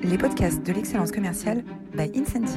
les podcasts de l'excellence commerciale by Incentive.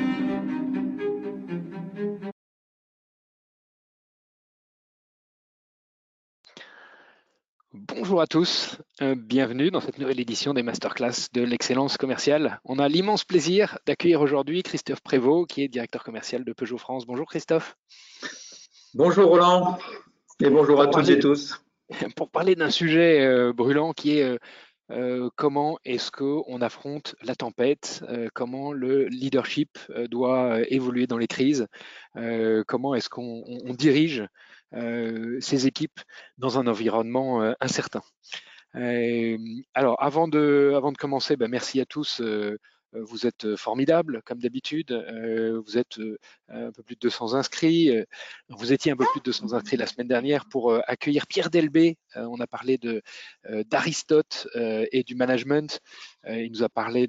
Bonjour à tous, bienvenue dans cette nouvelle édition des Masterclass de l'excellence commerciale. On a l'immense plaisir d'accueillir aujourd'hui Christophe Prévost, qui est directeur commercial de Peugeot France. Bonjour Christophe. Bonjour Roland, et bonjour à toutes et tous. Pour parler d'un sujet brûlant qui est comment est-ce qu'on affronte la tempête, comment le leadership doit évoluer dans les crises, comment est-ce qu'on dirige ces équipes dans un environnement incertain. Alors, avant de commencer, merci à tous. Vous êtes formidables, comme d'habitude. Vous êtes un peu plus de 200 inscrits. Vous étiez un peu plus de 200 inscrits la semaine dernière pour accueillir Pierre Delbé. On a parlé d'Aristote et du management. Il nous a parlé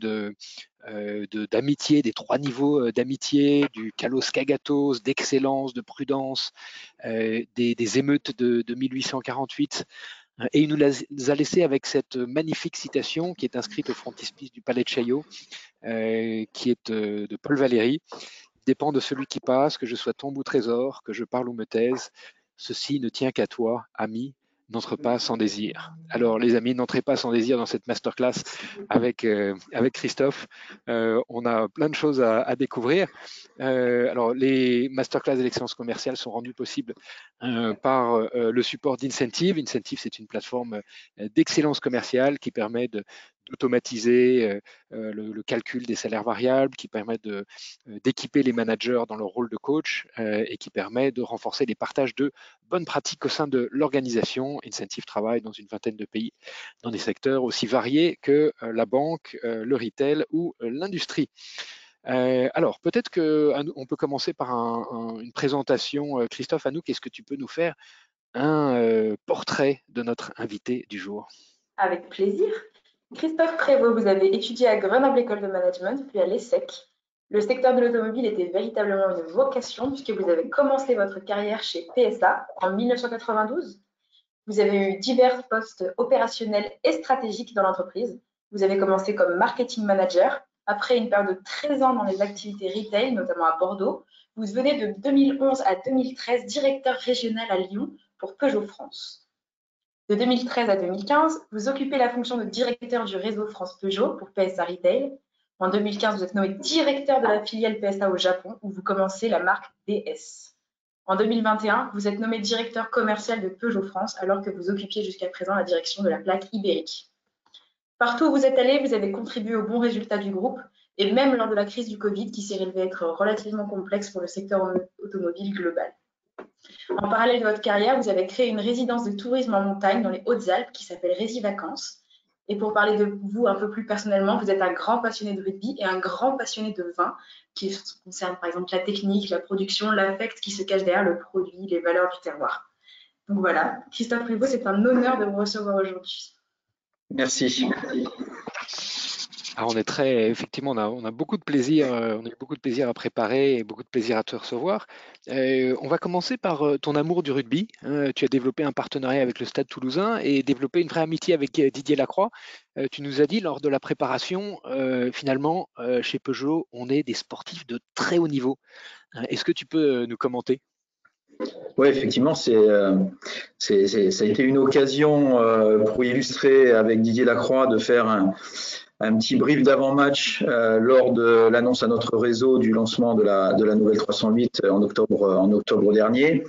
d'amitié, des 3 niveaux d'amitié, du kalos kagatos, d'excellence, de prudence, des émeutes de 1848. Et il nous a laissé avec cette magnifique citation qui est inscrite au frontispice du Palais de Chaillot, qui est de Paul Valéry. « Dépend de celui qui passe, que je sois tombe ou trésor, que je parle ou me taise. Ceci ne tient qu'à toi, ami, n'entre pas sans désir. » Alors les amis, n'entrez pas sans désir dans cette masterclass avec Christophe. On a plein de choses à découvrir. Alors les masterclass de l'excellence commerciale sont rendues possibles par le support d'Incentive. Incentive, c'est une plateforme d'excellence commerciale qui permet d'automatiser le calcul des salaires variables, qui permet d'équiper les managers dans leur rôle de coach et qui permet de renforcer les partages de bonnes pratiques au sein de l'organisation. Incentive travaille dans une vingtaine de pays, dans des secteurs aussi variés que la banque, le retail ou l'industrie. Alors, peut-être qu'on peut commencer par une présentation. Christophe, Anouk, est-ce que tu peux nous faire un portrait de notre invité du jour? Avec plaisir. Christophe Prévost, vous avez étudié à Grenoble École de Management, puis à l'ESSEC. Le secteur de l'automobile était véritablement une vocation puisque vous avez commencé votre carrière chez PSA en 1992. Vous avez eu divers postes opérationnels et stratégiques dans l'entreprise. Vous avez commencé comme marketing manager. Après une période de 13 ans dans les activités retail, notamment à Bordeaux, vous venez de 2011 à 2013 directeur régional à Lyon pour Peugeot France. De 2013 à 2015, vous occupez la fonction de directeur du réseau France Peugeot pour PSA Retail. En 2015, vous êtes nommé directeur de la filiale PSA au Japon, où vous commencez la marque DS. En 2021, vous êtes nommé directeur commercial de Peugeot France, alors que vous occupiez jusqu'à présent la direction de la plaque ibérique. Partout où vous êtes allé, vous avez contribué aux bons résultats du groupe, et même lors de la crise du Covid, qui s'est révélée être relativement complexe pour le secteur automobile global. En parallèle de votre carrière, vous avez créé une résidence de tourisme en montagne dans les Hautes-Alpes qui s'appelle Résivacances. Et pour parler de vous un peu plus personnellement, vous êtes un grand passionné de rugby et un grand passionné de vin qui concerne par exemple la technique, la production, l'affect qui se cache derrière le produit, les valeurs du terroir. Donc voilà, Christophe Prévost, c'est un honneur de vous recevoir aujourd'hui. Merci. Alors effectivement, on a beaucoup de plaisir, on a eu beaucoup de plaisir à préparer et beaucoup de plaisir à te recevoir. On va commencer par ton amour du rugby. Tu as développé un partenariat avec le Stade Toulousain et développé une vraie amitié avec Didier Lacroix. Tu nous as dit lors de la préparation, finalement, chez Peugeot, on est des sportifs de très haut niveau. Est-ce que tu peux nous commenter ? Oui, effectivement, ça a été une occasion pour illustrer avec Didier Lacroix de faire un petit brief d'avant-match lors de l'annonce à notre réseau du lancement de la nouvelle 308 en octobre dernier.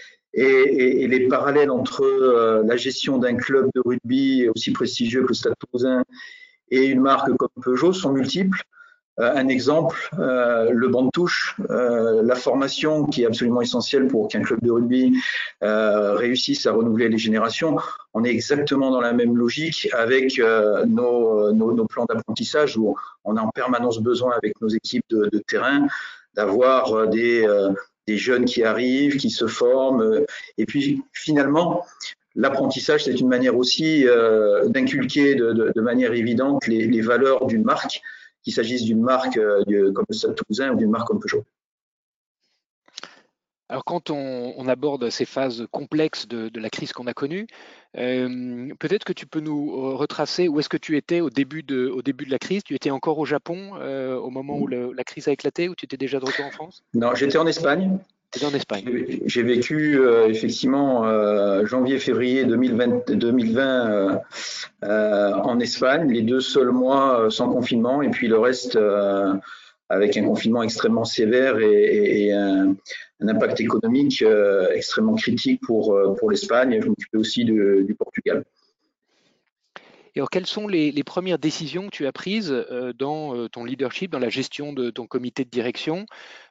Et les parallèles entre la gestion d'un club de rugby aussi prestigieux que le Stade Toulousain et une marque comme Peugeot sont multiples. Un exemple, le banc de touche, la formation qui est absolument essentielle pour qu'un club de rugby réussisse à renouveler les générations. On est exactement dans la même logique avec nos plans d'apprentissage où on a en permanence besoin avec nos équipes de terrain d'avoir des jeunes qui arrivent, qui se forment. Et puis finalement, l'apprentissage, c'est une manière aussi d'inculquer de manière évidente les valeurs d'une marque, qu'il s'agisse d'une marque comme le Stade Toulousain ou d'une marque comme Peugeot. Alors quand on aborde ces phases complexes de la crise qu'on a connue, peut-être que tu peux nous retracer où est-ce que tu étais au début de la crise? Tu étais encore au Japon au moment où la crise a éclaté, ou tu étais déjà de retour en France? Non, j'étais en Espagne. Tu étais en Espagne. J'ai vécu effectivement janvier-février 2020 en Espagne, les 2 seuls mois sans confinement, et puis le reste avec un confinement extrêmement sévère et un impact économique extrêmement critique pour l'Espagne. Je m'occupais aussi du Portugal. Et alors, quelles sont les premières décisions que tu as prises dans ton leadership, dans la gestion de ton comité de direction,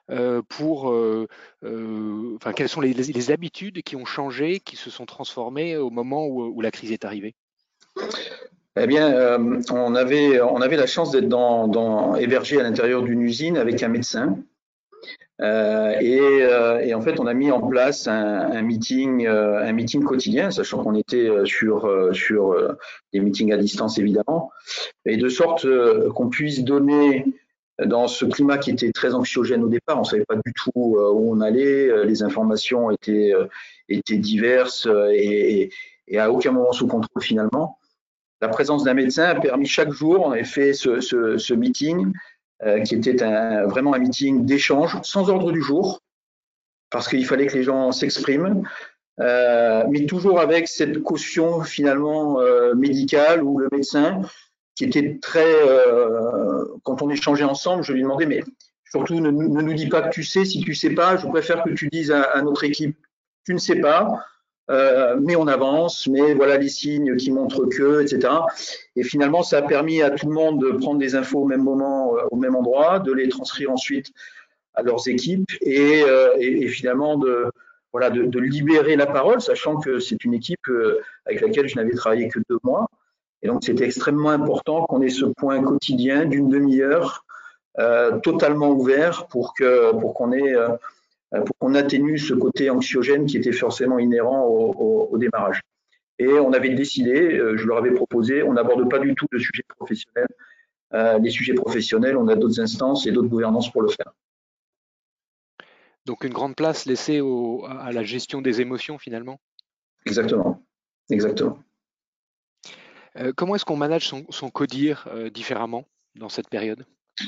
quelles sont les habitudes qui ont changé, qui se sont transformées au moment où la crise est arrivée? Eh bien, on avait la chance d'être hébergé à l'intérieur d'une usine avec un médecin. Et en fait, on a mis en place un meeting quotidien, sachant qu'on était sur des meetings à distance évidemment, et de sorte qu'on puisse donner dans ce climat qui était très anxiogène au départ. On ne savait pas du tout où on allait, les informations étaient diverses et à aucun moment sous contrôle finalement. La présence d'un médecin a permis chaque jour, on avait fait ce meeting qui était vraiment un meeting d'échange, sans ordre du jour, parce qu'il fallait que les gens s'expriment, mais toujours avec cette caution finalement médicale, où le médecin, qui était très… quand on échangeait ensemble, je lui demandais, mais surtout ne nous dis pas que tu sais, si tu sais pas, je préfère que tu dises à notre équipe, tu ne sais pas, mais on avance, mais voilà les signes qui montrent que, etc. Et finalement, ça a permis à tout le monde de prendre des infos au même moment, au même endroit, de les transcrire ensuite à leurs équipes et finalement de libérer la parole, sachant que c'est une équipe avec laquelle je n'avais travaillé que 2 mois. Et donc, c'était extrêmement important qu'on ait ce point quotidien d'une demi-heure totalement ouvert pour qu'on atténue ce côté anxiogène qui était forcément inhérent au démarrage. Et on avait décidé, je leur avais proposé, on n'aborde pas du tout de sujets professionnels. Les sujets professionnels, on a d'autres instances et d'autres gouvernances pour le faire. Donc une grande place laissée à la gestion des émotions finalement? Exactement. Comment est-ce qu'on manage son codir différemment dans cette période?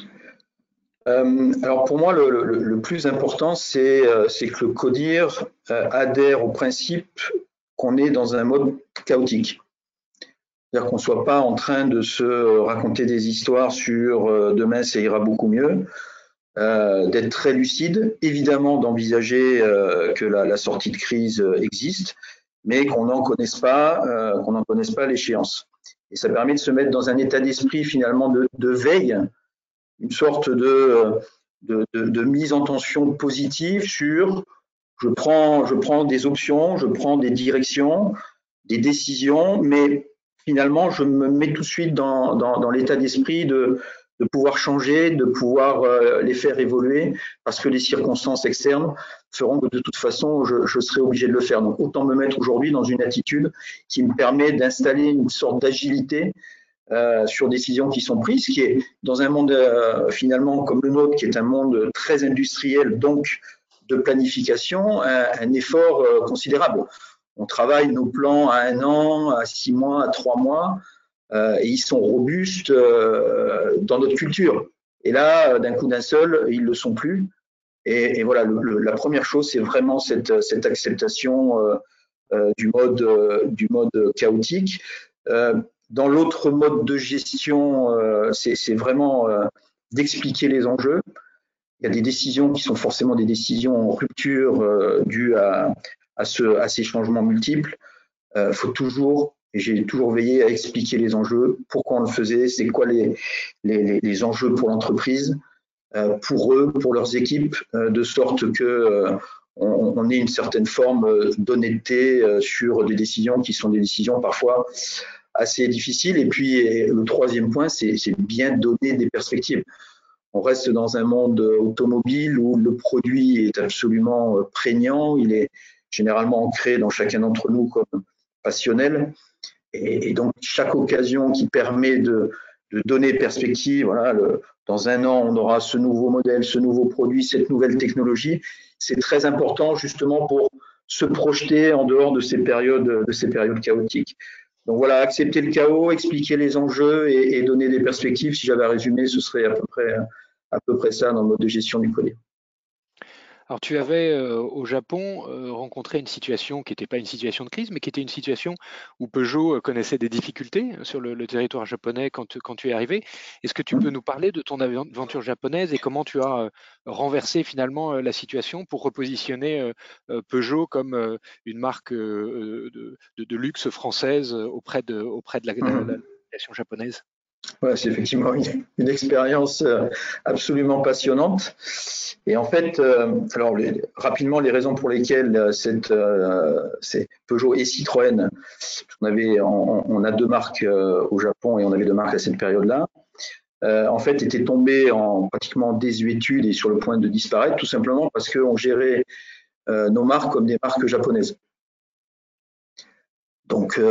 Alors pour moi, le plus important, c'est que le CODIR adhère au principe qu'on est dans un mode chaotique. C'est-à-dire qu'on ne soit pas en train de se raconter des histoires sur demain ça ira beaucoup mieux, d'être très lucide, évidemment d'envisager que la sortie de crise existe, mais qu'on n'en connaisse pas l'échéance. Et ça permet de se mettre dans un état d'esprit finalement de veille, une sorte de mise en tension positive sur je prends des options, je prends des directions, des décisions, mais finalement je me mets tout de suite dans l'état d'esprit de pouvoir changer, de pouvoir les faire évoluer, parce que les circonstances externes feront que de toute façon je serai obligé de le faire. Donc autant me mettre aujourd'hui dans une attitude qui me permet d'installer une sorte d'agilité sur décisions qui sont prises, qui est dans un monde finalement comme le nôtre, qui est un monde très industriel, donc de planification, un effort considérable. On travaille nos plans à 1 an, à 6 mois, à 3 mois, et ils sont robustes dans notre culture. Et là, d'un coup d'un seul, ils ne le sont plus. Et voilà, la première chose, c'est vraiment cette acceptation du mode chaotique. Dans l'autre mode de gestion, c'est vraiment d'expliquer les enjeux. Il y a des décisions qui sont forcément des décisions en rupture dues à ces changements multiples. Faut toujours, et j'ai toujours veillé à expliquer les enjeux, pourquoi on le faisait, c'est quoi les enjeux pour l'entreprise, pour eux, pour leurs équipes, de sorte que on ait une certaine forme d'honnêteté sur des décisions qui sont des décisions parfois assez difficile. Et puis, le troisième point, c'est bien donner des perspectives. On reste dans un monde automobile où le produit est absolument prégnant, il est généralement ancré dans chacun d'entre nous comme passionnel. Et donc, chaque occasion qui permet donner perspective. Voilà, dans un an, on aura ce nouveau modèle, ce nouveau produit, cette nouvelle technologie. C'est très important justement pour se projeter en dehors de ces périodes chaotiques. Donc voilà, accepter le chaos, expliquer les enjeux et donner des perspectives. Si j'avais à résumer, ce serait à peu près ça dans le mode de gestion du codir. Alors, tu avais au Japon rencontré une situation qui n'était pas une situation de crise, mais qui était une situation où Peugeot connaissait des difficultés sur le territoire japonais quand tu es arrivé. Est-ce que tu peux nous parler de ton aventure japonaise et comment tu as renversé finalement la situation pour repositionner Peugeot comme une marque de luxe française auprès de la population japonaise? Ouais, c'est effectivement une expérience absolument passionnante. Et en fait, alors rapidement, les raisons pour lesquelles c'est Peugeot et Citroën, on a deux marques au Japon et on avait deux marques à cette période-là, en fait, étaient tombées en pratiquement désuétude et sur le point de disparaître, tout simplement parce qu'on gérait nos marques comme des marques japonaises. Donc,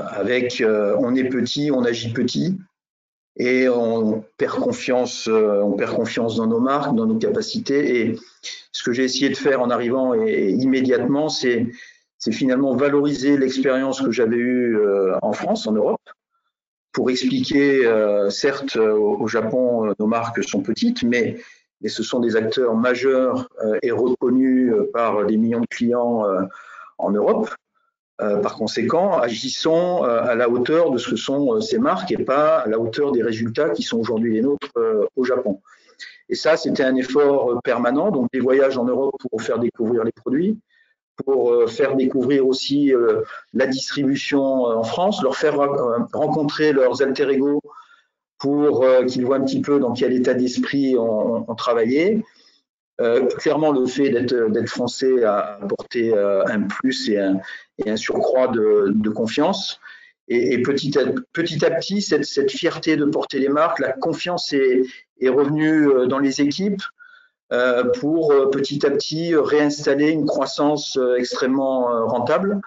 on est petit, on agit petit. Et on perd confiance dans nos marques, dans nos capacités. Et ce que j'ai essayé de faire en arrivant et immédiatement, c'est finalement valoriser l'expérience que j'avais eue en France, en Europe, pour expliquer, certes, au Japon, nos marques sont petites, mais ce sont des acteurs majeurs et reconnus par des millions de clients en Europe. Par conséquent, agissons à la hauteur de ce que sont ces marques et pas à la hauteur des résultats qui sont aujourd'hui les nôtres au Japon. Et ça, c'était un effort permanent, donc des voyages en Europe pour faire découvrir les produits, pour faire découvrir aussi la distribution en France, leur faire rencontrer leurs alter ego pour qu'ils voient un petit peu dans quel état d'esprit on travaillait. Clairement, le fait d'être français a apporté un plus et un surcroît de confiance. Et petit à petit, cette fierté de porter les marques, la confiance est revenue dans les équipes pour petit à petit réinstaller une croissance extrêmement rentable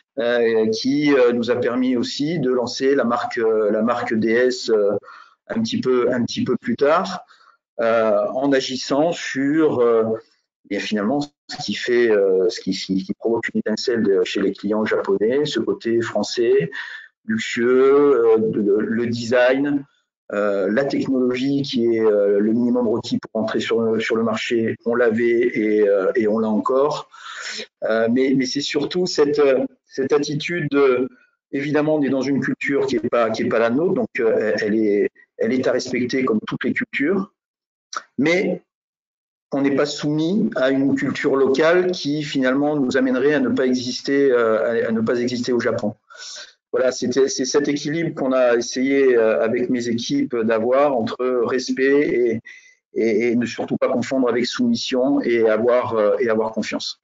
qui nous a permis aussi de lancer la marque DS un petit peu plus tard. En agissant sur et finalement ce qui provoque une étincelle chez les clients japonais, ce côté français, luxueux, le design, la technologie qui est le minimum requis pour entrer sur le marché, on l'avait et on l'a encore. Mais c'est surtout cette attitude évidemment, on est dans une culture qui est pas la nôtre, donc elle est à respecter comme toutes les cultures. Mais on n'est pas soumis à une culture locale qui finalement nous amènerait à ne pas exister au Japon. Voilà, c'est cet équilibre qu'on a essayé avec mes équipes d'avoir entre respect et ne surtout pas confondre avec soumission et avoir confiance.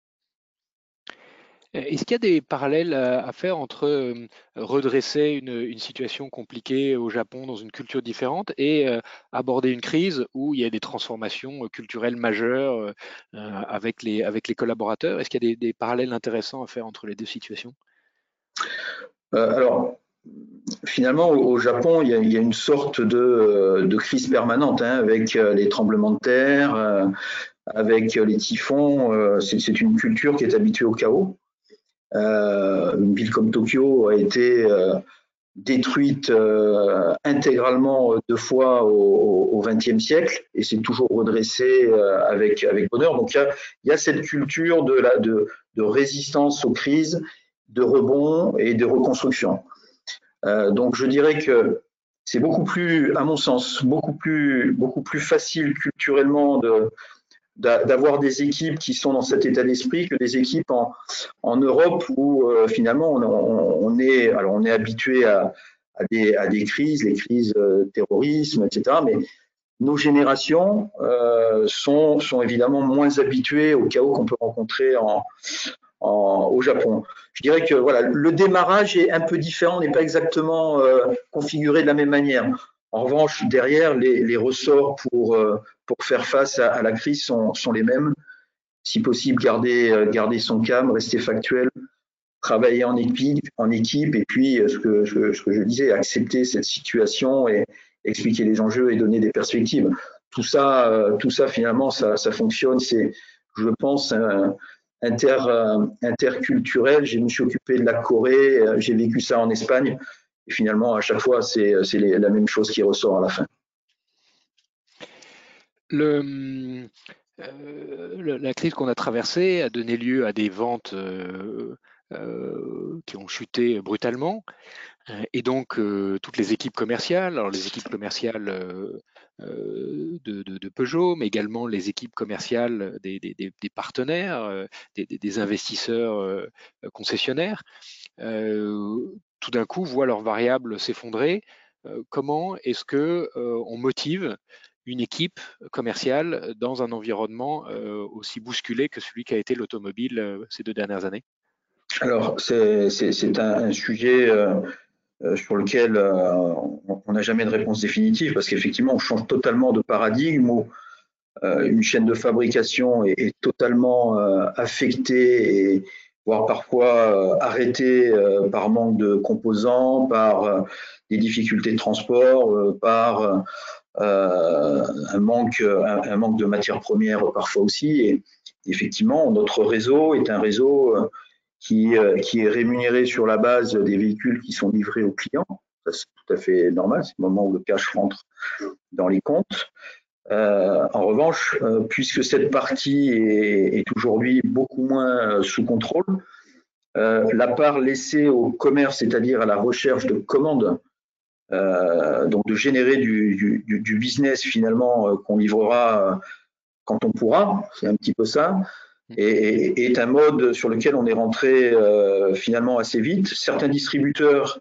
Est-ce qu'il y a des parallèles à faire entre redresser une situation compliquée au Japon dans une culture différente et aborder une crise où il y a des transformations culturelles majeures avec les collaborateurs? Est-ce qu'il y a des parallèles intéressants à faire entre les deux situations? Alors, finalement, au Japon, il y a une sorte de crise permanente avec les tremblements de terre, avec les typhons. C'est une culture qui est habituée au chaos. Une ville comme Tokyo a été détruite intégralement 2 fois au XXe siècle et s'est toujours redressée avec bonheur. Donc il y a cette culture de résistance aux crises, de rebond et de reconstruction. Donc je dirais que c'est beaucoup plus, à mon sens, beaucoup plus facile culturellement d'avoir des équipes qui sont dans cet état d'esprit que des équipes en Europe où finalement on est habitué à des crises, les crises terrorisme, etc. Mais nos générations sont évidemment moins habituées au chaos qu'on peut rencontrer au Japon. Je dirais que voilà, le démarrage est un peu différent, n'est pas exactement configuré de la même manière. En revanche, derrière, les ressorts pour faire face à la crise sont les mêmes. Si possible, garder son calme, rester factuel, travailler en équipe et puis ce que je disais, accepter cette situation et expliquer les enjeux et donner des perspectives. Tout ça finalement, ça fonctionne. C'est, je pense, interculturel. Je me suis occupé de la Corée, j'ai vécu ça en Espagne. Et finalement, à chaque fois, c'est la même chose qui ressort à la fin. La crise qu'on a traversée a donné lieu à des ventes qui ont chuté brutalement. Et donc, toutes les équipes commerciales, alors les équipes commerciales de Peugeot, mais également les équipes commerciales des partenaires, des investisseurs concessionnaires, tout d'un coup voient leurs variables s'effondrer. Comment est-ce que on motive une équipe commerciale dans un environnement aussi bousculé que celui qui a été l'automobile ces 2 dernières années? Alors, c'est un sujet sur lequel on n'a jamais de réponse définitive parce qu'effectivement, on change totalement de paradigme où une chaîne de fabrication est totalement affectée et voire parfois arrêtée par manque de composants, par des difficultés de transport, par un manque de matières premières parfois aussi. Et effectivement, notre réseau est un réseau qui est rémunéré sur la base des véhicules qui sont livrés aux clients. Ça, c'est tout à fait normal, c'est le moment où le cash rentre dans les comptes. En revanche, puisque cette partie est aujourd'hui beaucoup moins sous contrôle, la part laissée au commerce, c'est-à-dire à la recherche de commandes, donc de générer du business finalement qu'on livrera quand on pourra, c'est un petit peu ça, et est un mode sur lequel on est rentré finalement assez vite. Certains distributeurs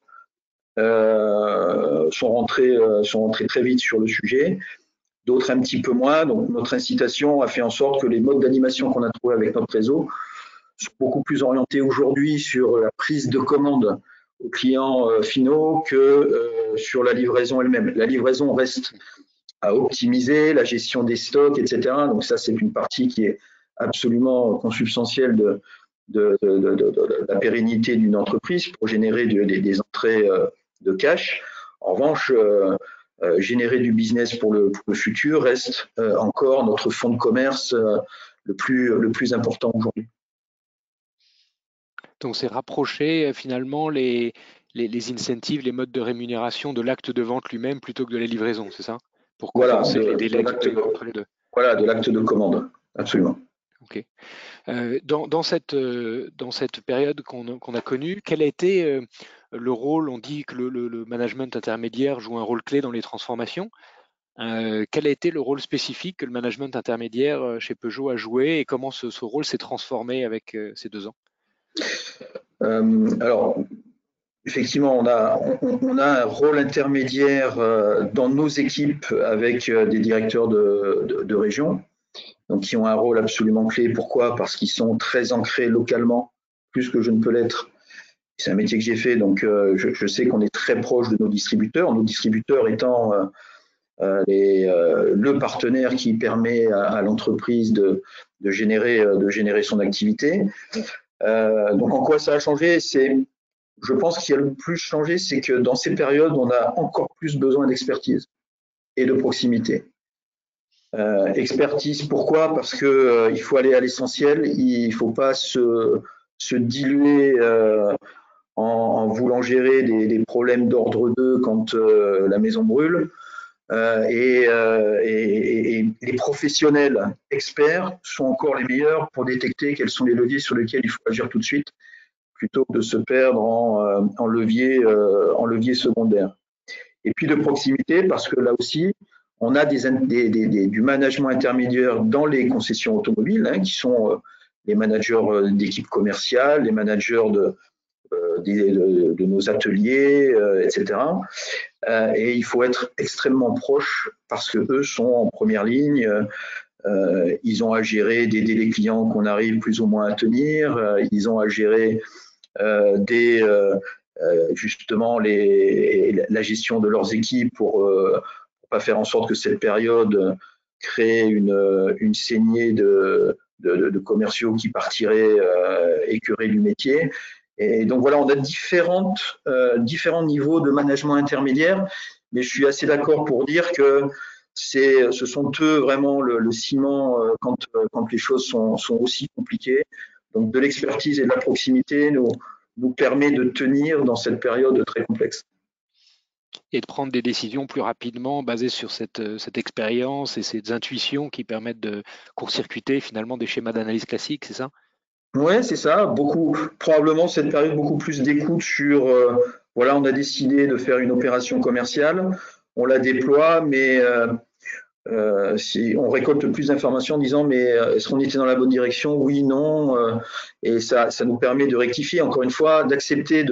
sont rentrés très vite sur le sujet, d'autres un petit peu moins. Donc notre incitation a fait en sorte que les modes d'animation qu'on a trouvés avec notre réseau sont beaucoup plus orientés aujourd'hui sur la prise de commande aux clients finaux que sur la livraison elle-même. La livraison reste à optimiser, la gestion des stocks, etc. Donc ça, c'est une partie qui est absolument consubstantielle de la pérennité d'une entreprise pour générer des entrées de cash. En revanche, générer du business pour le futur reste encore notre fonds de commerce le plus important aujourd'hui. Donc c'est rapprocher finalement les incentives, les modes de rémunération de l'acte de vente lui-même plutôt que de la livraison, c'est ça? Pour compenser les délais entre les deux. Voilà, de l'acte de commande, absolument. Ok. Dans cette période qu'on a connue, quel a été le rôle? On dit que le management intermédiaire joue un rôle clé dans les transformations. Quel a été le rôle spécifique que le management intermédiaire chez Peugeot a joué et comment ce rôle s'est transformé avec ces 2 ans? Alors, effectivement, on a un rôle intermédiaire dans nos équipes avec des directeurs de région, donc qui ont un rôle absolument clé. Pourquoi? Parce qu'ils sont très ancrés localement, plus que je ne peux l'être. C'est un métier que j'ai fait, donc je sais qu'on est très proche de nos distributeurs étant le partenaire qui permet à l'entreprise de générer son activité. Donc en quoi ça a changé? Je pense qu'il y a le plus changé, c'est que dans ces périodes, on a encore plus besoin d'expertise et de proximité. Expertise, pourquoi? Parce que il faut aller à l'essentiel, il ne faut pas se diluer en voulant gérer des problèmes d'ordre 2 quand la maison brûle. Et les professionnels experts sont encore les meilleurs pour détecter quels sont les leviers sur lesquels il faut agir tout de suite, plutôt que de se perdre en levier secondaire. Et puis de proximité, parce que là aussi, on a du management intermédiaire dans les concessions automobiles, qui sont les managers d'équipes commerciales, les managers de nos ateliers, etc. Et il faut être extrêmement proche parce que eux sont en première ligne. Ils ont à gérer des délais clients qu'on arrive plus ou moins à tenir. Ils ont à gérer justement la gestion de leurs équipes pour pas faire en sorte que cette période crée une saignée de commerciaux qui partiraient écœurés du métier. Et donc voilà, on a différents niveaux de management intermédiaire, mais je suis assez d'accord pour dire que ce sont eux vraiment le ciment quand les choses sont aussi compliquées. Donc de l'expertise et de la proximité nous permet de tenir dans cette période très complexe. Et de prendre des décisions plus rapidement basées sur cette expérience et ces intuitions qui permettent de court-circuiter finalement des schémas d'analyse classiques, c'est ça? Ouais, c'est ça. Probablement cette période beaucoup plus d'écoute sur, voilà, on a décidé de faire une opération commerciale, on la déploie, mais si on récolte plus d'informations en disant, mais est-ce qu'on était dans la bonne direction? Oui, non. Et ça nous permet de rectifier, encore une fois, d'accepter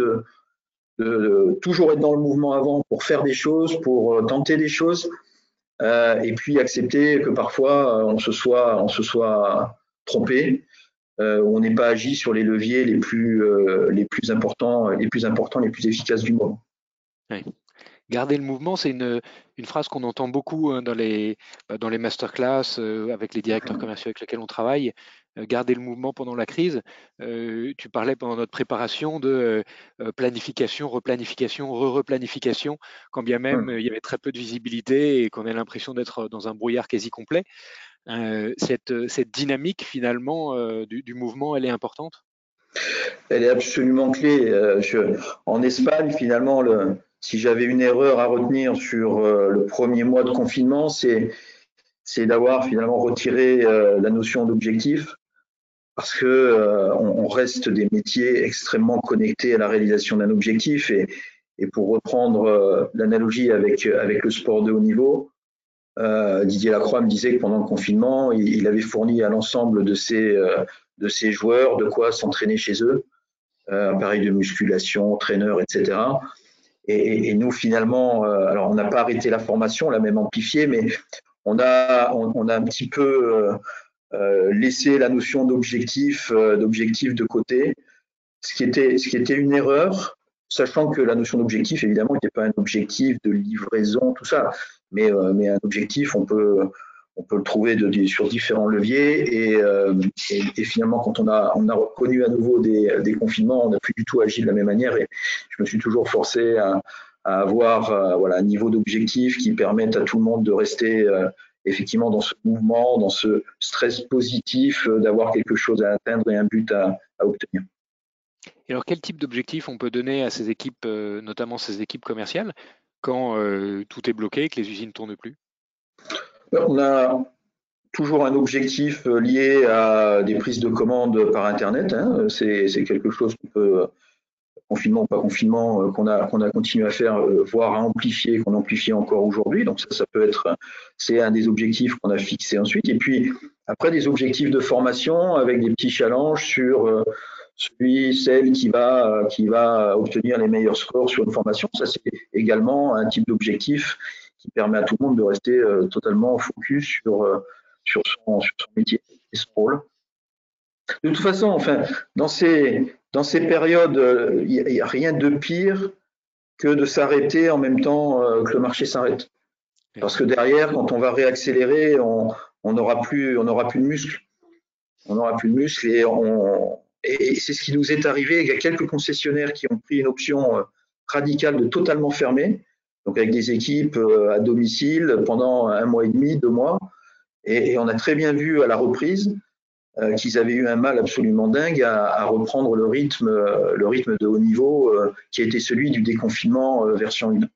de toujours être dans le mouvement avant pour faire des choses, pour tenter des choses, et puis accepter que parfois on se soit trompé. On n'ait pas agi sur les leviers les plus importants, les plus efficaces du moment. Oui. Garder le mouvement, c'est une phrase qu'on entend beaucoup dans les masterclass avec les directeurs commerciaux avec lesquels on travaille. Garder le mouvement pendant la crise. Tu parlais pendant notre préparation de planification, replanification, replanification, quand bien même il y avait très peu de visibilité et qu'on a l'impression d'être dans un brouillard quasi complet. Cette dynamique finalement du mouvement, elle est importante? Elle est absolument clé. En Espagne, finalement, si j'avais une erreur à retenir sur le premier mois de confinement, c'est d'avoir finalement retiré la notion d'objectif, parce que on reste des métiers extrêmement connectés à la réalisation d'un objectif. Et pour reprendre l'analogie avec le sport de haut niveau, Didier Lacroix me disait que pendant le confinement, il avait fourni à l'ensemble de ses joueurs de quoi s'entraîner chez eux, appareil de musculation, entraîneur, etc. Et nous, finalement, alors on n'a pas arrêté la formation, on l'a même amplifiée, mais on a un petit peu laissé la notion d'objectif de côté, ce qui était une erreur, sachant que la notion d'objectif, évidemment, n'était pas un objectif de livraison, tout ça, mais un objectif, on peut le trouver sur différents leviers, et finalement, quand on a reconnu à nouveau des confinements, on n'a plus du tout agi de la même manière, et je me suis toujours forcé à avoir un niveau d'objectif qui permette à tout le monde de rester effectivement dans ce mouvement, dans ce stress positif, d'avoir quelque chose à atteindre et un but à obtenir. Et alors, quel type d'objectif on peut donner à ces équipes, notamment ces équipes commerciales, quand tout est bloqué et que les usines ne tournent plus? On a toujours un objectif lié à des prises de commandes par Internet. Hein. C'est quelque chose qu'on peut, confinement ou pas confinement, qu'on a continué à faire, voire à amplifier, qu'on amplifie encore aujourd'hui. Donc ça peut être, c'est un des objectifs qu'on a fixé ensuite. Et puis après, des objectifs de formation avec des petits challenges sur celle qui va obtenir les meilleurs scores sur une formation. Ça, c'est également un type d'objectif qui permet à tout le monde de rester totalement focus sur son métier et son rôle. De toute façon, enfin, dans ces périodes, il n'y a rien de pire que de s'arrêter en même temps que le marché s'arrête. Parce que derrière, quand on va réaccélérer, on n'aura plus de muscle. On n'aura plus de muscle, et c'est ce qui nous est arrivé. Il y a quelques concessionnaires qui ont pris une option radicale de totalement fermer, donc avec des équipes à domicile pendant 1 mois et demi, 2 mois. Et on a très bien vu à la reprise qu'ils avaient eu un mal absolument dingue à reprendre le rythme de haut niveau qui a été celui du déconfinement version 1.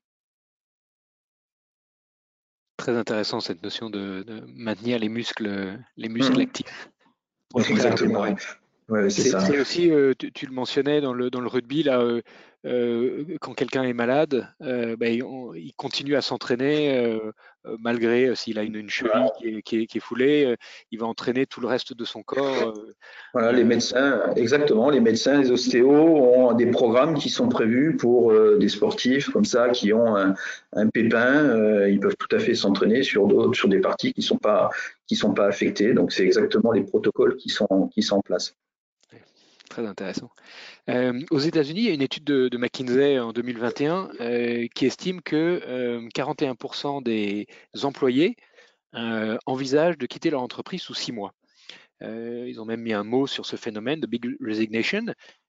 Très intéressant cette notion de maintenir les muscles actifs. Exactement. Ouais, c'est aussi, tu le mentionnais dans le rugby, là, quand quelqu'un est malade, il continue à s'entraîner malgré s'il a une cheville qui est foulée, il va entraîner tout le reste de son corps. Voilà, les médecins, exactement, les médecins, les ostéos ont des programmes qui sont prévus pour des sportifs comme ça qui ont un pépin. Ils peuvent tout à fait s'entraîner sur des parties qui sont pas affectées. Donc c'est exactement les protocoles qui sont en place. Très intéressant. Aux États-Unis, il y a une étude de McKinsey en 2021 qui estime que 41% des employés envisagent de quitter leur entreprise sous 6 mois. Ils ont même mis un mot sur ce phénomène de Big Resignation.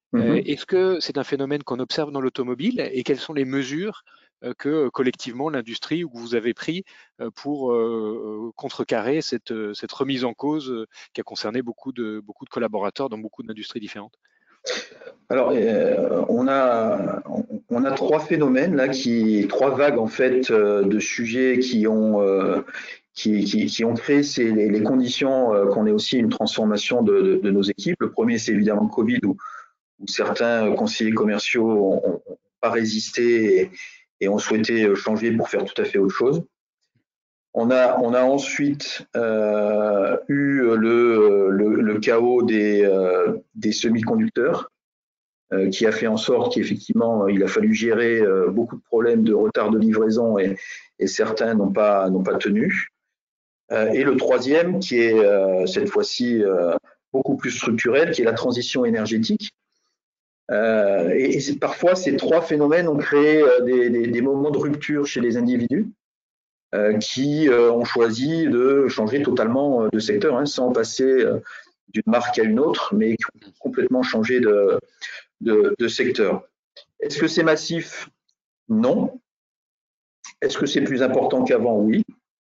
Est-ce que c'est un phénomène qu'on observe dans l'automobile et quelles sont les mesures que collectivement l'industrie ou que vous avez pris pour contrecarrer cette remise en cause qui a concerné beaucoup de collaborateurs dans beaucoup d'industries différentes? Alors, on a trois phénomènes là, trois vagues en fait de sujets qui ont créé les conditions qu'on ait aussi une transformation de nos équipes. Le premier, c'est évidemment le Covid, où certains conseillers commerciaux n'ont pas résisté et ont souhaité changer pour faire tout à fait autre chose. On a ensuite eu le chaos des semi-conducteurs, qui a fait en sorte qu'effectivement, il a fallu gérer beaucoup de problèmes de retard de livraison et certains n'ont pas tenu. Et le troisième, qui est cette fois-ci beaucoup plus structurel, qui est la transition énergétique. Et parfois, ces trois phénomènes ont créé des moments de rupture chez les individus qui ont choisi de changer totalement de secteur, sans passer d'une marque à une autre, mais qui ont complètement changé de secteur. Est-ce que c'est massif? Non. Est-ce que c'est plus important qu'avant? Oui.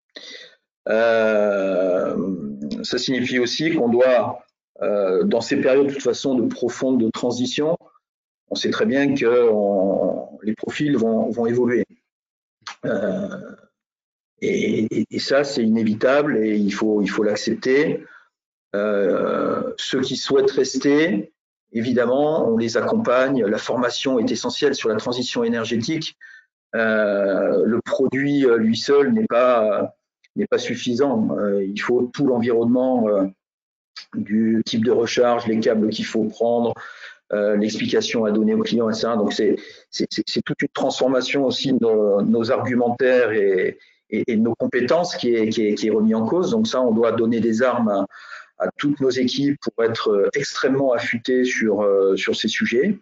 Ça signifie aussi qu'on doit, dans ces périodes de toute façon de profonde transition, on sait très bien que les profils vont évoluer. Et ça, c'est inévitable et il faut l'accepter. Ceux qui souhaitent rester, évidemment, on les accompagne. La formation est essentielle sur la transition énergétique. Le produit lui seul n'est pas suffisant. Il faut tout l'environnement du type de recharge, les câbles qu'il faut prendre, l'explication à donner aux clients, etc. Donc c'est toute une transformation aussi de nos argumentaires et de nos compétences qui est remis en cause. Donc ça, on doit donner des armes à toutes nos équipes pour être extrêmement affûtés sur ces sujets.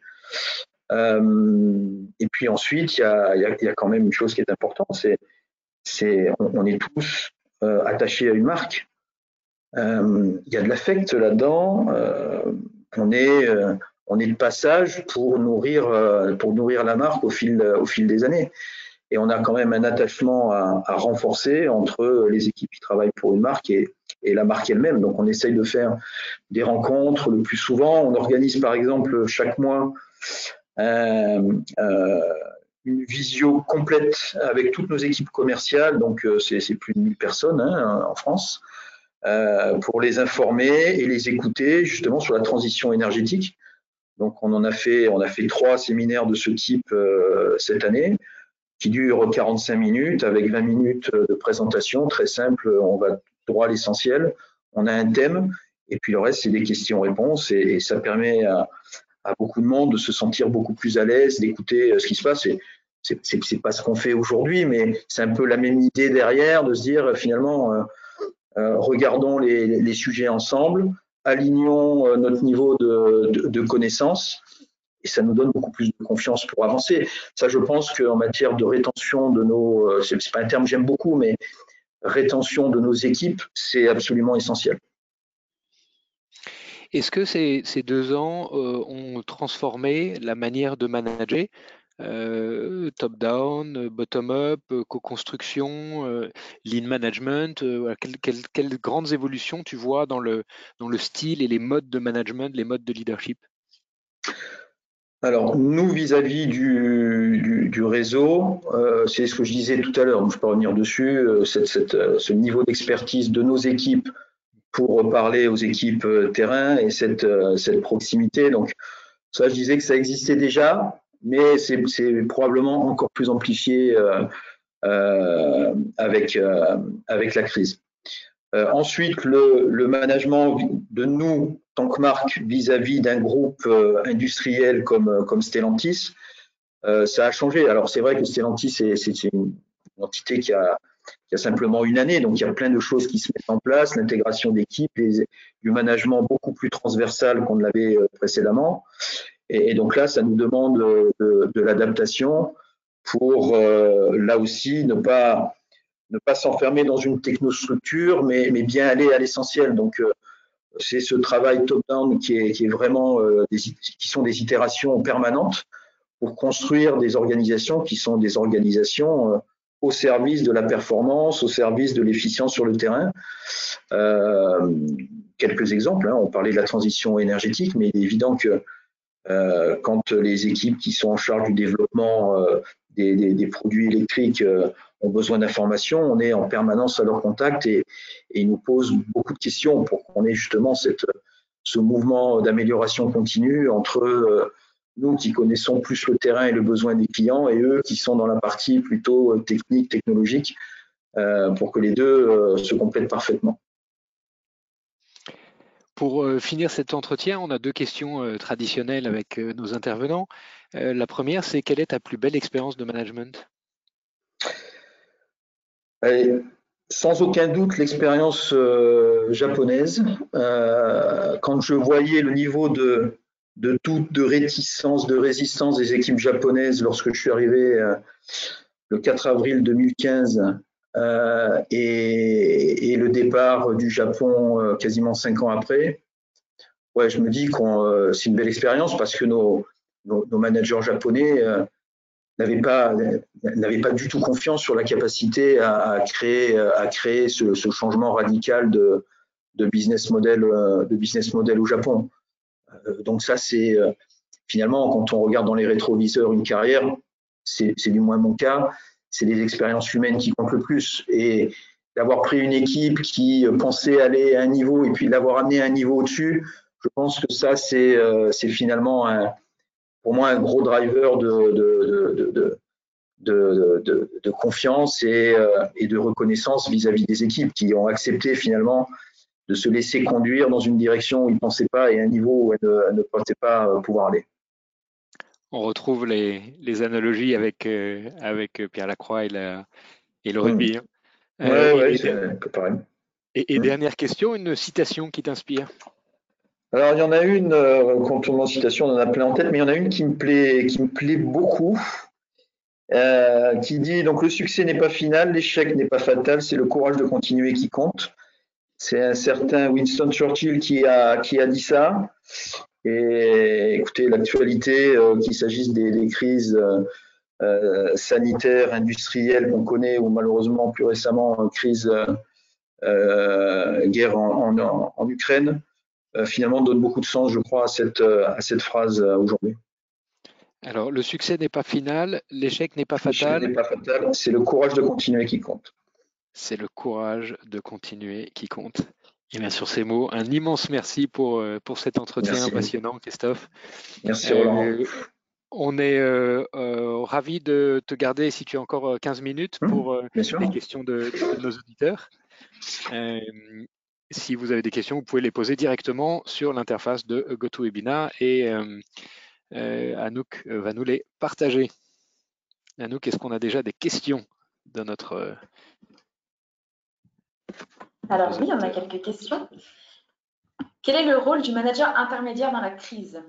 Et puis ensuite, il y a quand même une chose qui est importante, on est tous attachés à une marque. Il y a de l'affect là-dedans. On est de passage pour nourrir la marque au fil des années. Et on a quand même un attachement à renforcer entre les équipes qui travaillent pour une marque et la marque elle-même. Donc on essaye de faire des rencontres le plus souvent. On organise par exemple chaque mois une visio complète avec toutes nos équipes commerciales. Donc c'est plus de 1000 personnes en France, pour les informer et les écouter justement sur la transition énergétique. Donc on a fait 3 séminaires de ce type cette année, qui durent 45 minutes avec 20 minutes de présentation, très simple, on va droit à l'essentiel. On a un thème et puis le reste, c'est des questions-réponses et ça permet à beaucoup de monde de se sentir beaucoup plus à l'aise, d'écouter ce qui se passe. C'est pas ce qu'on fait aujourd'hui, mais c'est un peu la même idée derrière, de se dire finalement, regardons les sujets ensemble, alignons notre niveau de connaissance. Et ça nous donne beaucoup plus de confiance pour avancer. Ça, je pense qu'en matière de rétention de nos, c'est pas un terme que j'aime beaucoup, mais rétention de nos équipes, c'est absolument essentiel. Est-ce que ces 2 ans ont transformé la manière de manager, top-down, bottom-up, co-construction, lean management, quelles grandes évolutions tu vois dans le style et les modes de management, les modes de leadership? Alors, nous, vis-à-vis du réseau, c'est ce que je disais tout à l'heure, donc je peux revenir dessus, ce niveau d'expertise de nos équipes pour parler aux équipes terrain et cette proximité. Donc, ça, je disais que ça existait déjà, mais c'est probablement encore plus amplifié avec la crise. Ensuite, le management de nous, tant que marque, vis-à-vis d'un groupe industriel comme Stellantis, ça a changé. Alors, c'est vrai que Stellantis, c'est une entité qui a simplement une année, donc il y a plein de choses qui se mettent en place, l'intégration d'équipes, du management beaucoup plus transversal qu'on ne l'avait précédemment. Et donc là, ça nous demande de l'adaptation pour, là aussi, ne pas s'enfermer dans une technostructure, mais bien aller à l'essentiel. Donc, c'est ce travail top-down qui est vraiment qui sont des itérations permanentes pour construire des organisations qui sont des organisations au service de la performance, au service de l'efficience sur le terrain. Quelques exemples, hein, on parlait de la transition énergétique, mais il est évident que quand les équipes qui sont en charge du développement des produits électriques ont besoin d'informations, on est en permanence à leur contact et ils nous posent beaucoup de questions pour qu'on ait justement ce mouvement d'amélioration continue entre nous qui connaissons plus le terrain et le besoin des clients et eux qui sont dans la partie plutôt technique, technologique, pour que les deux se complètent parfaitement. Pour finir cet entretien, on a deux questions traditionnelles avec nos intervenants. La première, c'est quelle est ta plus belle expérience de management? Sans aucun doute, l'expérience japonaise. Quand je voyais le niveau de réticence, de résistance des équipes japonaises lorsque je suis arrivé le 4 avril 2015 et le départ du Japon quasiment 5 ans après, ouais, je me dis que c'est une belle expérience parce que nos managers japonais n'avaient pas du tout confiance sur la capacité à créer ce changement radical de business model au Japon. Donc ça, c'est finalement, quand on regarde dans les rétroviseurs une carrière, c'est du moins mon cas, c'est les expériences humaines qui comptent le plus. Et d'avoir pris une équipe qui pensait aller à un niveau et puis l'avoir amené à un niveau au-dessus, je pense que ça, c'est finalement pour moi un gros driver de confiance et de reconnaissance vis-à-vis des équipes qui ont accepté finalement de se laisser conduire dans une direction où ils ne pensaient pas et à un niveau où elles ne pensaient pas pouvoir aller. On retrouve les analogies avec Pierre Lacroix et le rugby. Ouais, c'est un peu pareil. Et dernière question, une citation qui t'inspire? Alors, il y en a une, quand on en citation, on en a plein en tête, mais il y en a une qui me plaît beaucoup, qui dit donc le succès n'est pas final, l'échec n'est pas fatal, c'est le courage de continuer qui compte. C'est un certain Winston Churchill qui a dit ça. Et écoutez, l'actualité, qu'il s'agisse des crises sanitaires, industrielles qu'on connaît, ou malheureusement plus récemment crise guerre en Ukraine, finalement donne beaucoup de sens, je crois, à cette phrase aujourd'hui. Alors, le succès n'est pas final, l'échec n'est pas fatal. L'échec n'est pas fatal, c'est le courage de continuer qui compte. C'est le courage de continuer qui compte. Et bien sur ces mots, un immense merci pour cet entretien passionnant, Christophe. Merci Roland. On est ravis de te garder si tu as encore 15 minutes pour les questions de nos auditeurs. Si vous avez des questions, vous pouvez les poser directement sur l'interface de GoToWebinar et Anouk va nous les partager. Anouk, est-ce qu'on a déjà des questions de notre... Alors oui, on a quelques questions. Quel est le rôle du manager intermédiaire dans la crise?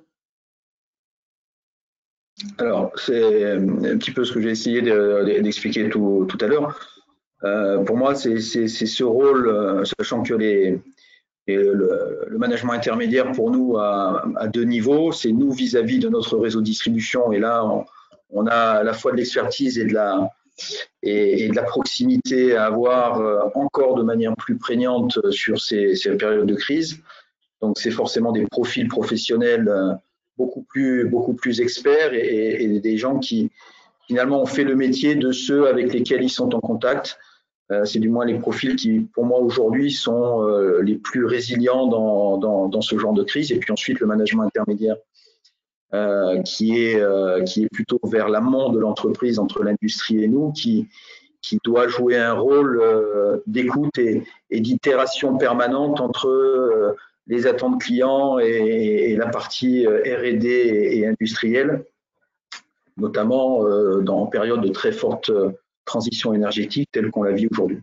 Alors, c'est un petit peu ce que j'ai essayé d'expliquer tout à l'heure. Pour moi, c'est ce rôle, sachant que le management intermédiaire pour nous à deux niveaux, c'est nous vis-à-vis de notre réseau de distribution, et là, on a à la fois de l'expertise et de la proximité à avoir encore de manière plus prégnante sur ces périodes de crise. Donc, c'est forcément des profils professionnels beaucoup plus experts et des gens qui, finalement, ont fait le métier de ceux avec lesquels ils sont en contact. C'est du moins les profils qui, pour moi, aujourd'hui, sont les plus résilients dans ce genre de crise. Et puis ensuite, le management intermédiaire qui est plutôt vers l'amont de l'entreprise, entre l'industrie et nous, qui doit jouer un rôle d'écoute et d'itération permanente entre les attentes clients et la partie R&D et industrielle, notamment en période de très forte transition énergétique telle qu'on la vit aujourd'hui.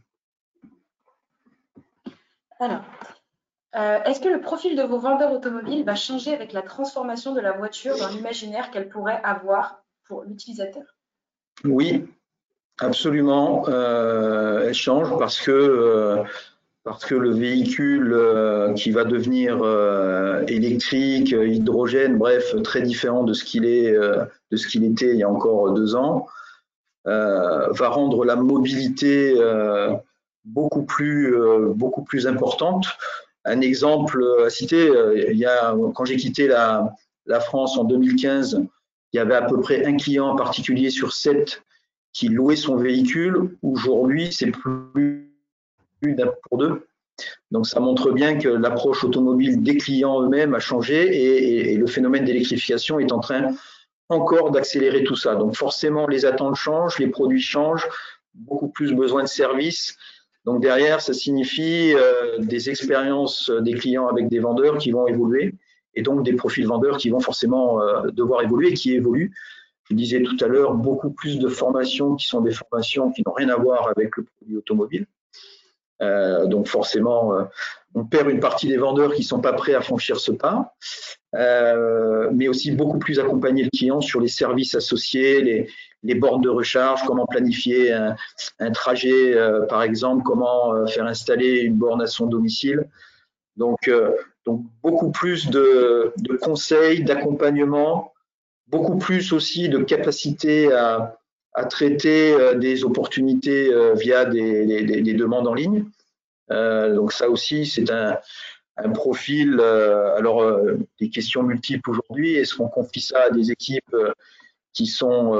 Alors, est-ce que le profil de vos vendeurs automobiles va changer avec la transformation de la voiture dans l'imaginaire qu'elle pourrait avoir pour l'utilisateur? Oui, absolument. Elle change parce que parce que le véhicule qui va devenir électrique, hydrogène, bref, très différent de ce qu'il était il y a encore 2 ans, va rendre la mobilité beaucoup plus importante. Un exemple à citer, quand j'ai quitté la France en 2015, il y avait à peu près un client en particulier sur 7 qui louait son véhicule. Aujourd'hui, c'est plus d'un pour 2. Donc ça montre bien que l'approche automobile des clients eux-mêmes a changé et le phénomène d'électrification est en train encore d'accélérer tout ça. Donc forcément, les attentes changent, les produits changent, beaucoup plus besoin de services. Donc derrière, ça signifie des expériences des clients avec des vendeurs qui vont évoluer et donc des profils vendeurs qui vont forcément devoir évoluer, qui évoluent. Je disais tout à l'heure, beaucoup plus de formations qui sont des formations qui n'ont rien à voir avec le produit automobile. Donc forcément, on perd une partie des vendeurs qui ne sont pas prêts à franchir ce pas, mais aussi beaucoup plus accompagner le client sur les services associés, les bornes de recharge, comment planifier un trajet, par exemple, comment faire installer une borne à son domicile. Donc beaucoup plus de conseils, d'accompagnement, beaucoup plus aussi de capacité à traiter des opportunités via des demandes en ligne. Donc ça aussi, c'est un profil. Des questions multiples aujourd'hui. Est-ce qu'on confie ça à des équipes qui sont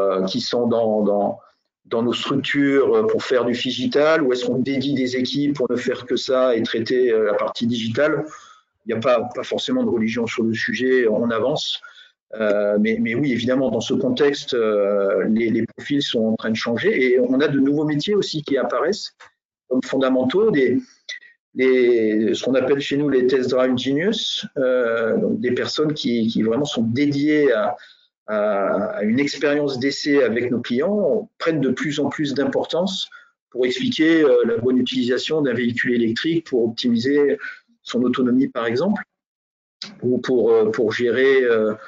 dans nos structures pour faire du digital, ou est-ce qu'on dédie des équipes pour ne faire que ça et traiter la partie digitale? Il n'y a pas forcément de religion sur le sujet, on avance. Mais oui, évidemment, dans ce contexte, les profils sont en train de changer et on a de nouveaux métiers aussi qui apparaissent comme fondamentaux, ce qu'on appelle chez nous les test drive genius, donc des personnes qui vraiment sont dédiées à une expérience d'essai avec nos clients, prennent de plus en plus d'importance pour expliquer la bonne utilisation d'un véhicule électrique, pour optimiser son autonomie par exemple, ou pour gérer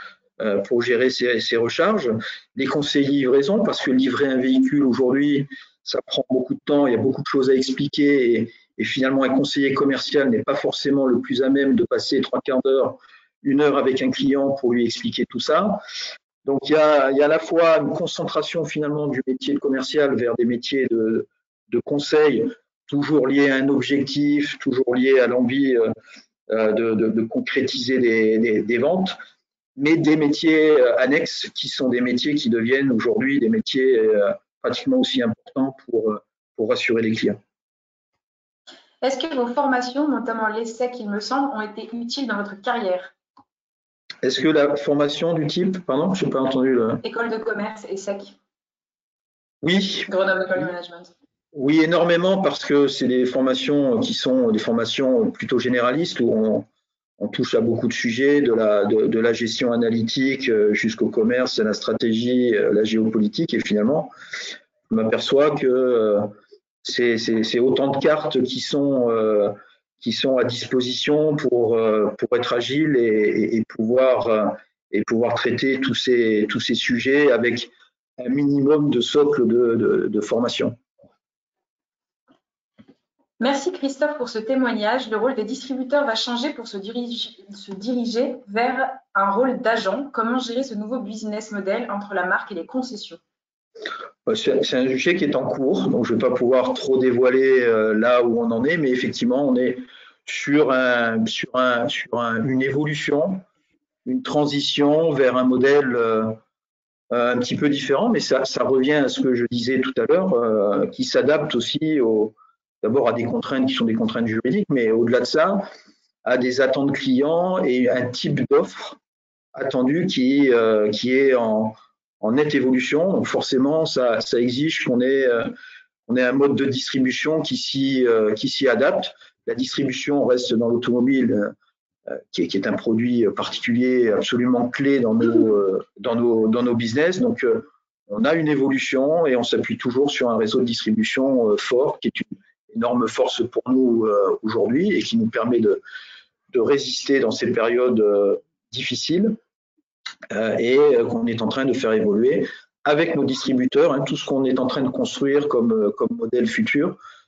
ses recharges. Les conseillers livraison, parce que livrer un véhicule aujourd'hui, ça prend beaucoup de temps, il y a beaucoup de choses à expliquer et finalement un conseiller commercial n'est pas forcément le plus à même de passer 3/4 d'heure, 1 heure avec un client pour lui expliquer tout ça. Donc il y a à la fois une concentration finalement du métier commercial vers des métiers de conseil, toujours liés à un objectif, toujours liés à l'envie de concrétiser des ventes, mais des métiers annexes qui sont des métiers qui deviennent aujourd'hui des métiers pratiquement aussi importants pour rassurer les clients. Est-ce que vos formations, notamment l'ESSEC, il me semble, ont été utiles dans votre carrière? Est-ce que la formation du type, pardon, je n'ai pas entendu École de commerce, ESSEC. Oui. Grenoble École de Management. Oui, énormément, parce que c'est des formations qui sont des formations plutôt généralistes où on touche à beaucoup de sujets, de la gestion analytique jusqu'au commerce, à la stratégie, la géopolitique, et finalement, je m'aperçois que c'est autant de cartes qui sont à disposition pour être agile et pouvoir traiter tous ces sujets avec un minimum de socle de formation. Merci Christophe pour ce témoignage. Le rôle des distributeurs va changer pour se diriger vers un rôle d'agent. Comment gérer ce nouveau business model entre la marque et les concessions? C'est un sujet qui est en cours, donc je ne vais pas pouvoir trop dévoiler là où on en est, mais effectivement, on est sur une évolution, une transition vers un modèle un petit peu différent, mais ça revient à ce que je disais tout à l'heure, qui s'adapte aussi d'abord à des contraintes qui sont des contraintes juridiques, mais au-delà de ça, à des attentes clients et un type d'offre attendue qui est en nette évolution. Donc forcément, ça exige qu'on ait un mode de distribution qui s'y adapte. La distribution reste dans l'automobile, qui est un produit particulier absolument clé dans nos business. Donc on a une évolution et on s'appuie toujours sur un réseau de distribution fort, qui est une énorme force pour nous aujourd'hui et qui nous permet de résister dans ces périodes difficiles et qu'on est en train de faire évoluer avec nos distributeurs. Tout ce qu'on est en train de construire comme modèle futur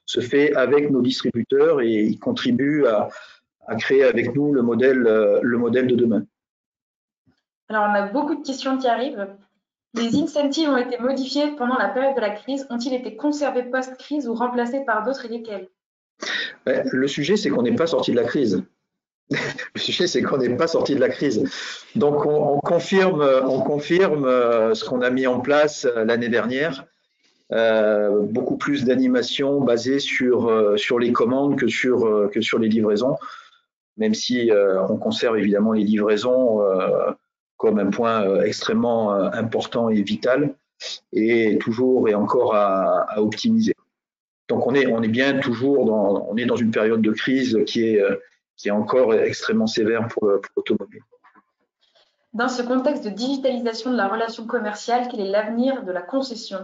se fait avec nos distributeurs et ils contribuent à créer avec nous le modèle de demain. Alors, on a beaucoup de questions qui arrivent. Les incentives ont été modifiés pendant la période de la crise. Ont-ils été conservés post-crise ou remplacés par d'autres et lesquels? Le sujet, c'est qu'on n'est pas sorti de la crise. Le sujet, c'est qu'on n'est pas sorti de la crise. Donc, on confirme ce qu'on a mis en place l'année dernière. Beaucoup plus d'animation basée sur les commandes que sur les livraisons, même si on conserve évidemment les livraisons comme un point extrêmement important et vital, et toujours et encore à optimiser. Donc on est bien toujours dans une période de crise qui est encore extrêmement sévère pour l'automobile. Dans ce contexte de digitalisation de la relation commerciale, quel est l'avenir de la concession?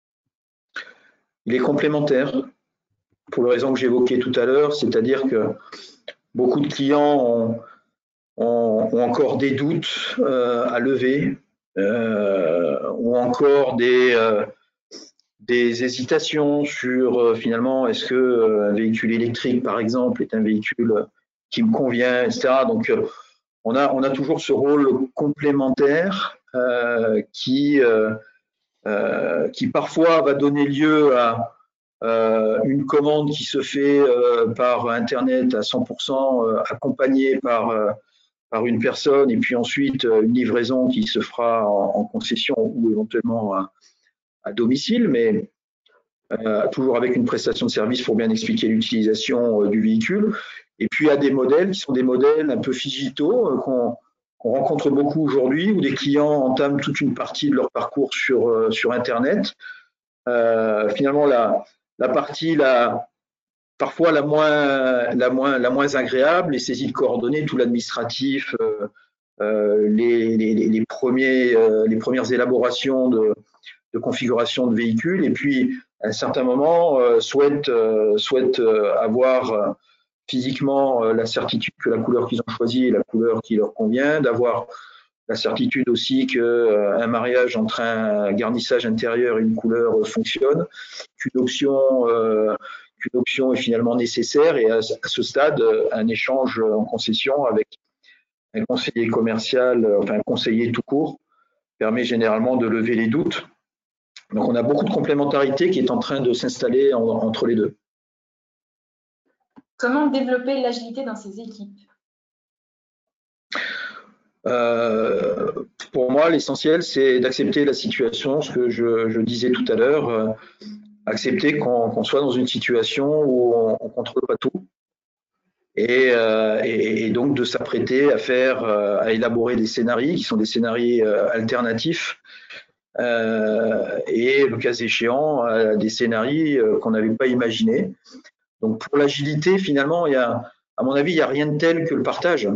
Il est complémentaire, pour les raisons que j'évoquais tout à l'heure, c'est-à-dire que beaucoup de clients ont encore des doutes à lever, ou encore des hésitations sur finalement est-ce que un véhicule électrique par exemple est un véhicule qui me convient, etc. Donc on a toujours ce rôle complémentaire qui parfois va donner lieu à une commande qui se fait par Internet à 100%, accompagnée par une personne, et puis ensuite une livraison qui se fera en concession ou éventuellement à domicile, mais toujours avec une prestation de service pour bien expliquer l'utilisation du véhicule. Et puis il y a des modèles qui sont des modèles un peu digitaux qu'on rencontre beaucoup aujourd'hui, où des clients entament toute une partie de leur parcours sur Internet. Finalement, la partie parfois la moins agréable, les saisies de coordonnées, tout l'administratif, les premières élaborations de configuration de véhicules, et puis à un certain moment souhaitent avoir physiquement la certitude que la couleur qu'ils ont choisie est la couleur qui leur convient, d'avoir la certitude aussi qu'un mariage entre un garnissage intérieur et une couleur fonctionne, qu'une option est finalement nécessaire, et à ce stade, un échange en concession avec un conseiller commercial, enfin un conseiller tout court, permet généralement de lever les doutes. Donc on a beaucoup de complémentarité qui est en train de s'installer entre les deux. Comment développer l'agilité dans ces équipes? Pour moi, l'essentiel, c'est d'accepter la situation, ce que je disais tout à l'heure, accepter qu'on soit dans une situation où on ne contrôle pas tout, et donc de s'apprêter à élaborer des scénarios qui sont des scénarios alternatifs, et le cas échéant, des scénarios qu'on n'avait pas imaginés. Donc pour l'agilité, finalement, à mon avis, il n'y a rien de tel que le partage.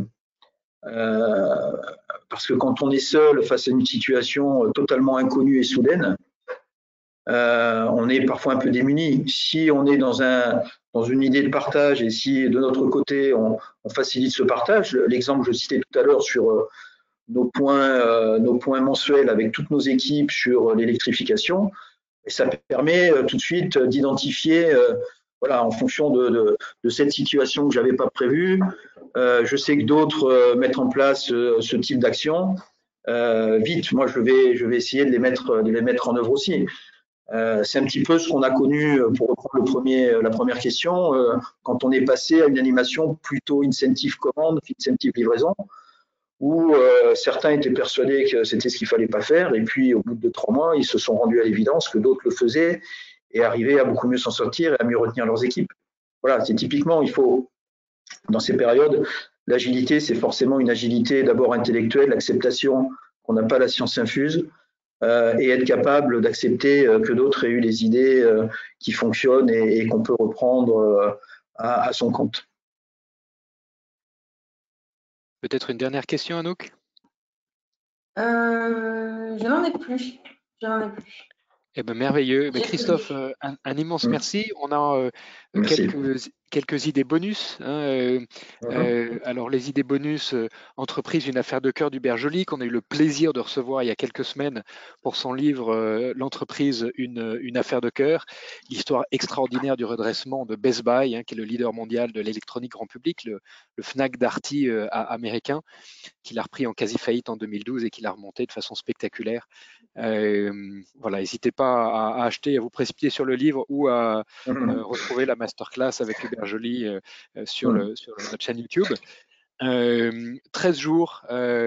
Parce que quand on est seul face à une situation totalement inconnue et soudaine, on est parfois un peu démuni. Si on est dans une idée de partage, et si de notre côté on facilite ce partage, l'exemple que je citais tout à l'heure sur nos points mensuels avec toutes nos équipes sur l'électrification, ça permet tout de suite d'identifier, voilà, en fonction de cette situation que j'avais pas prévue, je sais que d'autres mettent en place ce type d'action. Vite, moi je vais essayer de les mettre en œuvre aussi. C'est un petit peu ce qu'on a connu, pour reprendre la première question, quand on est passé à une animation plutôt incentive commande, incentive livraison, où certains étaient persuadés que c'était ce qu'il fallait pas faire, et puis au bout de 3 mois, ils se sont rendus à l'évidence que d'autres le faisaient et arrivaient à beaucoup mieux s'en sortir et à mieux retenir leurs équipes. Voilà, c'est typiquement, il faut, dans ces périodes, l'agilité, c'est forcément une agilité d'abord intellectuelle, l'acceptation qu'on n'a pas la science infuse, et être capable d'accepter que d'autres aient eu des idées qui fonctionnent et qu'on peut reprendre à son compte. Peut-être une dernière question, Anouk? Je n'en ai plus. Eh ben, merveilleux. Ben, Christophe, un immense merci. On a Merci. quelques idées bonus. Alors les idées bonus, entreprise, une affaire de cœur d'Hubert Joly, qu'on a eu le plaisir de recevoir il y a quelques semaines pour son livre L'entreprise, une affaire de cœur, l'histoire extraordinaire du redressement de Best Buy, qui est le leader mondial de l'électronique grand public, le Fnac Darty américain, qu'il a repris en quasi faillite en 2012 et qu'il a remonté de façon spectaculaire. Voilà, n'hésitez pas à acheter, à vous précipiter sur le livre ou à retrouver la masterclass avec Hubert Joly sur notre chaîne YouTube. 13 jours,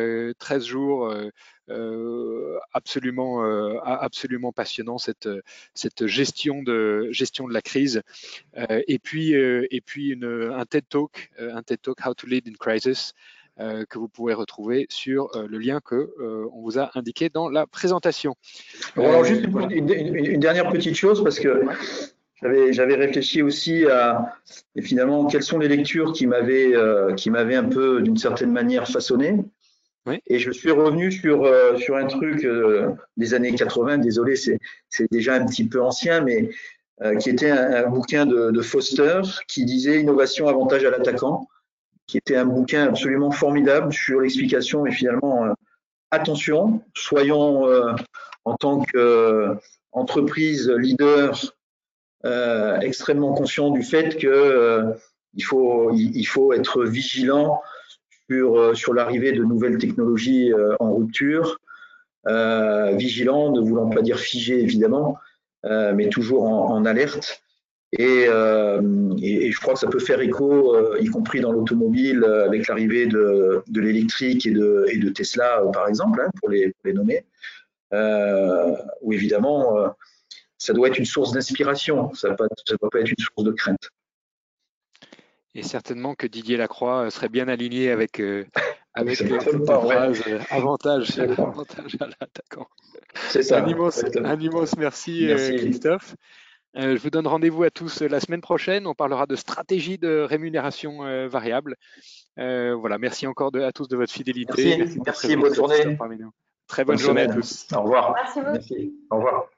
absolument passionnant, cette gestion de la crise. Et puis un TED Talk, How to Lead in Crisis, que vous pourrez retrouver sur le lien que on vous a indiqué dans la présentation. Alors, juste une dernière petite chose, parce que j'avais réfléchi aussi à finalement quelles sont les lectures qui m'avaient un peu d'une certaine manière façonné. Oui. Et je suis revenu sur un truc des années 80, désolé, c'est déjà un petit peu ancien, mais qui était un bouquin de Foster qui disait Innovation, avantage à l'attaquant, qui était un bouquin absolument formidable sur l'explication. Et finalement, attention, soyons en tant qu'entreprise leader extrêmement conscients du fait que il faut être vigilant sur l'arrivée de nouvelles technologies en rupture, vigilant, ne voulant pas dire figé évidemment, mais toujours en alerte. Et je crois que ça peut faire écho, y compris dans l'automobile, avec l'arrivée de l'électrique et de Tesla, par exemple, pour les nommer, où évidemment, ça doit être une source d'inspiration, ça ne doit pas être une source de crainte. Et certainement que Didier Lacroix serait bien aligné avec cette phrase avantage à l'attaquant. C'est ça. Un immense merci. Christophe. Je vous donne rendez-vous à tous la semaine prochaine. On parlera de stratégie de rémunération variable. Voilà, merci encore à tous de votre fidélité. Merci, bonne journée. Très bonne journée à tous. Au revoir. Merci beaucoup. Merci. Au revoir.